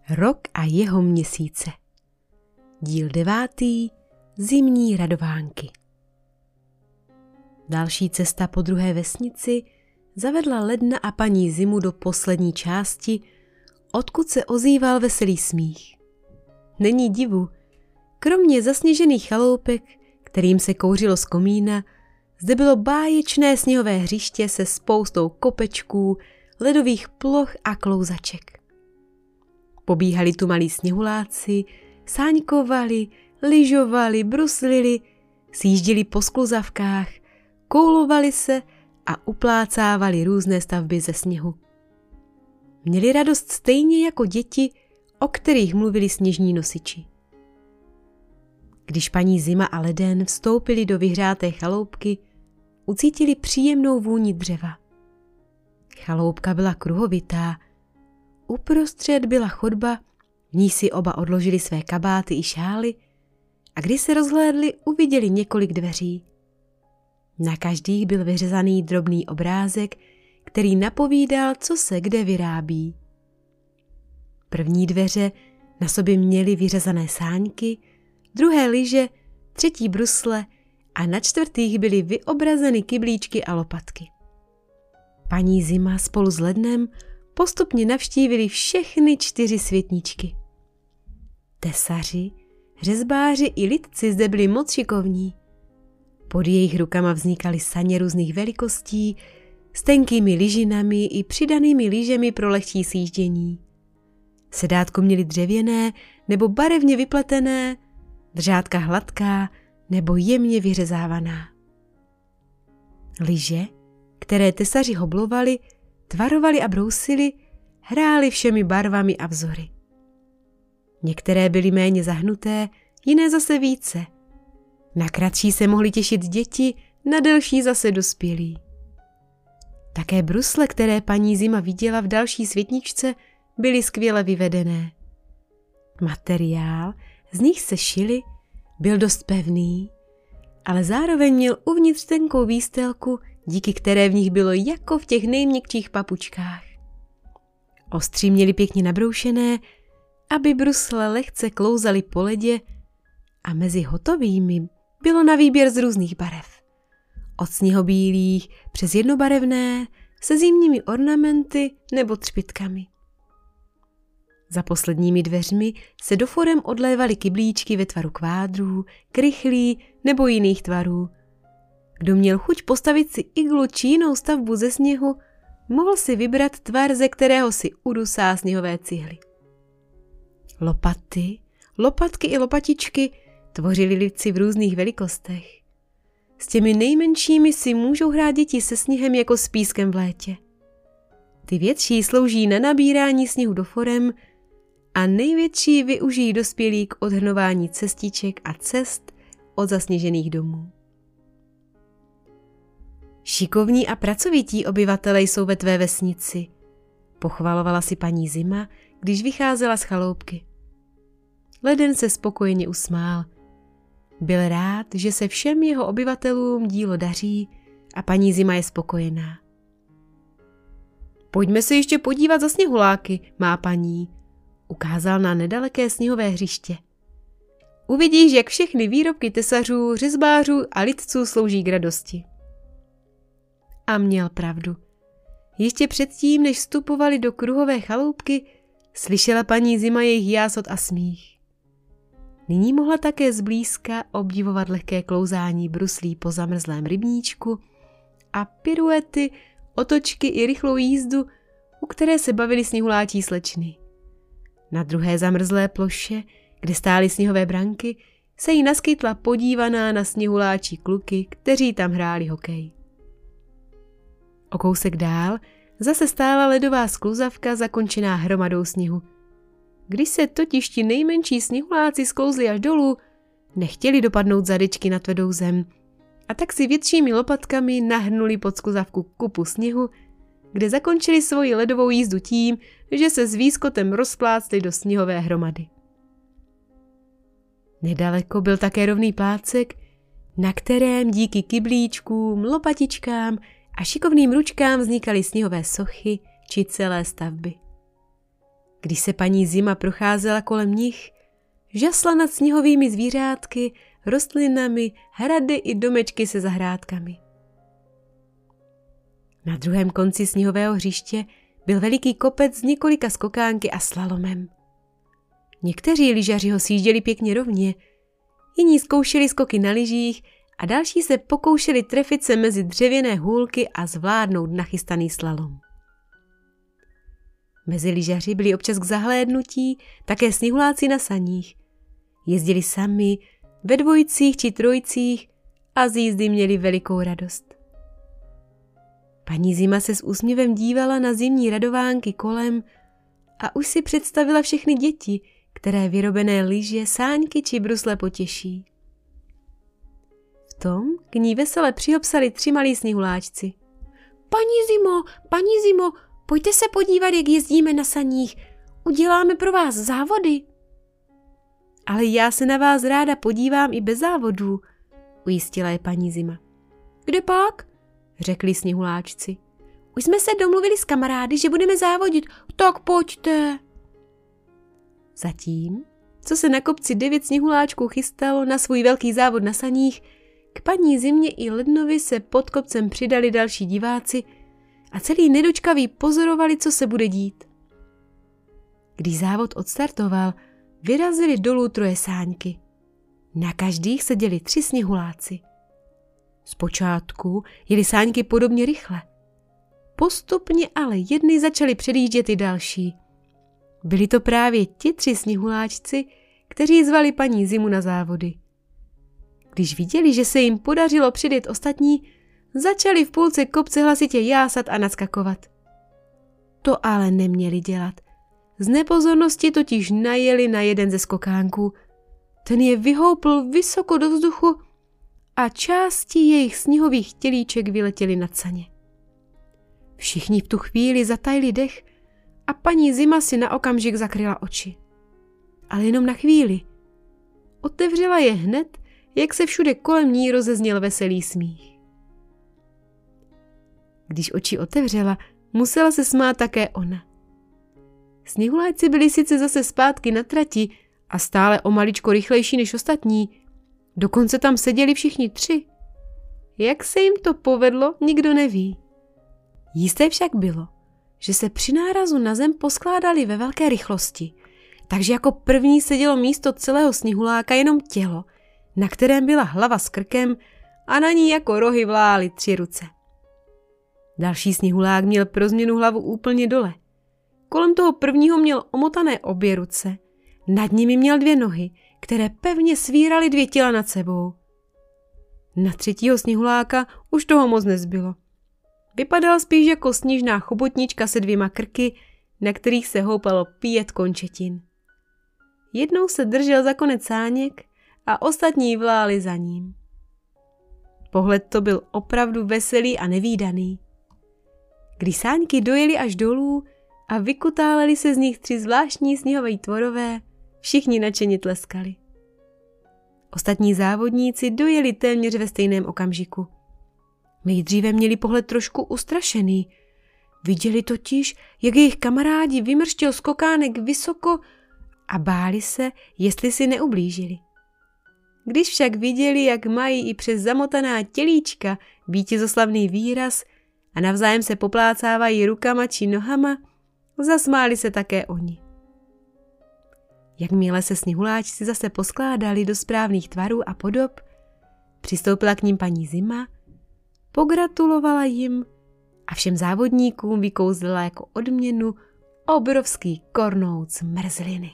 Rok a jeho měsíce. Díl 9. Zimní radovánky. Další cesta po druhé vesnici zavedla Ledna a paní Zimu do poslední části, odkud se ozýval veselý smích. Není divu, kromě zasněžených chaloupek, kterým se kouřilo z komína, zde bylo báječné sněhové hřiště se spoustou kopečků, ledových ploch a klouzaček. Pobíhali tu malí sněhuláci, sáňkovali, lyžovali, bruslili, sjížděli po skluzavkách, koulovali se a uplácávali různé stavby ze sněhu. Měli radost stejně jako děti, o kterých mluvili sněžní nosiči. Když paní Zima a Leden vstoupili do vyhřáté chaloupky, ucítili příjemnou vůni dřeva. Chaloupka byla kruhovitá, uprostřed byla chodba, v ní si oba odložili své kabáty i šály a když se rozhlédli, uviděli několik dveří. Na každých byl vyřezaný drobný obrázek, který napovídal, co se kde vyrábí. První dveře na sobě měly vyřezané sáňky, druhé lyže, třetí brusle a na čtvrtých byly vyobrazeny kyblíčky a lopatky. Paní Zima spolu s Lednem postupně navštívili všechny 4 světničky. Tesaři, řezbáři i lidci zde byli moc šikovní. Pod jejich rukama vznikaly saně různých velikostí, s tenkými lyžinami i přidanými lyžemi pro lehčí sjíždění. Sedátko měli dřevěné nebo barevně vypletené, držátka hladká nebo jemně vyřezávaná. Lyže, které tesaři hoblovali, tvarovali a brousili, hráli všemi barvami a vzory. Některé byly méně zahnuté, jiné zase více. Na kratší se mohli těšit děti, na delší zase dospělí. Také brusle, které paní Zima viděla v další světničce, byly skvěle vyvedené. Materiál, z nich se šily, byl dost pevný, ale zároveň měl uvnitř tenkou výstelku, díky které v nich bylo jako v těch nejměkčích papučkách. Ostří měli pěkně nabroušené, aby brusle lehce klouzaly po ledě a mezi hotovými bylo na výběr z různých barev. Od sněhobílých přes jednobarevné se zimními ornamenty nebo třpitkami. Za posledními dveřmi se do forem odlévaly kyblíčky ve tvaru kvádrů, krychlí nebo jiných tvarů. Kdo měl chuť postavit si iglu či jinou stavbu ze sněhu, mohl si vybrat tvar, ze kterého si udusá sněhové cihly. Lopatky i lopatičky tvořili lidci v různých velikostech. S těmi nejmenšími si můžou hrát děti se sněhem jako s pískem v létě. Ty větší slouží na nabírání sněhu do forem a největší využijí dospělí k odhrnování cestiček a cest od zasněžených domů. Šikovní a pracovití obyvatelé jsou ve tvé vesnici, pochvalovala si paní Zima, když vycházela z chaloupky. Leden se spokojeně usmál. Byl rád, že se všem jeho obyvatelům dílo daří a paní Zima je spokojená. Pojďme se ještě podívat za sněhuláky, má paní, ukázal na nedaleké sněhové hřiště. Uvidíš, jak všechny výrobky tesařů, řezbářů a lidců slouží k radosti. A měl pravdu. Ještě předtím, než vstupovali do kruhové chaloupky, slyšela paní Zima jejich jásot a smích. Nyní mohla také zblízka obdivovat lehké klouzání bruslí po zamrzlém rybníčku a piruety, otočky i rychlou jízdu, u které se bavili sněhulátí slečny. Na druhé zamrzlé ploše, kde stály sněhové branky, se jí naskytla podívaná na sněhuláčí kluky, kteří tam hráli hokej. O kousek dál zase stála ledová skluzavka zakončená hromadou sněhu. Když se totiž ti nejmenší sněhuláci sklouzli až dolů, nechtěli dopadnout zadečky na tvrdou zem a tak si většími lopatkami nahrnuli pod skluzavku kupu sněhu, kde zakončili svoji ledovou jízdu tím, že se s výskotem rozplácli do sněhové hromady. Nedaleko byl také rovný plácek, na kterém díky kyblíčkům, lopatičkám a šikovným ručkám vznikaly sněhové sochy či celé stavby. Když se paní Zima procházela kolem nich, žasla nad sněhovými zvířátky, rostlinami, hrady i domečky se zahrádkami. Na druhém konci sněhového hřiště byl veliký kopec s několika skokánky a slalomem. Někteří lyžaři ho sjížděli pěkně rovně, jiní zkoušeli skoky na lyžích a další se pokoušeli trefit se mezi dřevěné hůlky a zvládnout nachystaný slalom. Mezi lyžaři byli občas k zahlédnutí také sněhuláci na saních. Jezdili sami, ve dvojicích či trojicích a z jízdy měli velikou radost. Paní Zima se s úsměvem dívala na zimní radovánky kolem a už si představila všechny děti, které vyrobené lyže, sáňky či brusle potěší. V tom k ní vesele přihopsali 3 malí sněhuláčci. Paní Zimo, pojďte se podívat, jak jezdíme na saních. Uděláme pro vás závody. Ale já se na vás ráda podívám i bez závodů, ujistila je paní Zima. Kde pak? Řekli sněhuláčci. Už jsme se domluvili s kamarády, že budeme závodit, tak pojďte. Zatím, co se na kopci 9 sněhuláčků chystalo na svůj velký závod na saních, k paní Zimě i Lednovi se pod kopcem přidali další diváci a celý nedočkaví pozorovali, co se bude dít. Když závod odstartoval, vyrazili dolů 3 sáňky. Na každých seděli 3 sněhuláci. Zpočátku jeli sáňky podobně rychle. Postupně ale jedny začaly předjíždět i další. Byli to právě ti 3 sněhuláčci, kteří zvali paní Zimu na závody. Když viděli, že se jim podařilo předjet ostatní, začali v půlce kopce hlasitě jásat a nadskakovat. To ale neměli dělat. Z nepozornosti totiž najeli na jeden ze skokánků. Ten je vyhoupl vysoko do vzduchu a části jejich sněhových tělíček vyletěly nad saně. Všichni v tu chvíli zatajili dech a paní Zima si na okamžik zakryla oči. Ale jenom na chvíli. Otevřela je hned, jak se všude kolem ní rozezněl veselý smích. Když oči otevřela, musela se smát také ona. Sněhuláci byli sice zase zpátky na trati a stále o maličko rychlejší než ostatní. Dokonce tam seděli všichni 3. Jak se jim to povedlo, nikdo neví. Jisté však bylo, že se při nárazu na zem poskládali ve velké rychlosti, takže jako první sedělo místo celého sněhuláka jenom tělo, na kterém byla hlava s krkem a na ní jako rohy vlály 3 ruce. Další sněhulák měl pro změnu hlavu úplně dole. Kolem toho prvního měl omotané obě ruce, nad nimi měl 2 nohy, které pevně svíraly 2 těla nad sebou. Na 3. sněhuláka už toho moc nezbylo. Vypadal spíš jako sněžná chobotnička se 2 krky, na kterých se houpalo 5 končetin. Jednou se držel za konec sáněk a ostatní vláli za ním. Pohled to byl opravdu veselý a nevídaný. Když sáňky dojeli až dolů a vykutáleli se z nich 3 zvláštní sněhové tvorové, všichni nadšeně tleskali. Ostatní závodníci dojeli téměř ve stejném okamžiku. Nejdříve měli pohled trošku ustrašený. Viděli totiž, jak jejich kamarádi vymrštil skokánek vysoko a báli se, jestli si neublížili. Když však viděli, jak mají i přes zamotaná tělíčka vítězoslavný výraz a navzájem se poplácávají rukama či nohama, zasmáli se také oni. Jakmile se sněhuláčci zase poskládali do správných tvarů a podob, přistoupila k nim paní Zima, pogratulovala jim a všem závodníkům vykouzlila jako odměnu obrovský kornout zmrzliny.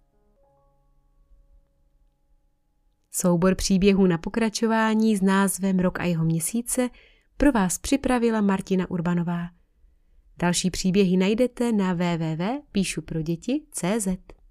Soubor příběhů na pokračování s názvem Rok a jeho měsíce pro vás připravila Martina Urbanová. Další příběhy najdete na www.píšuproděti.cz.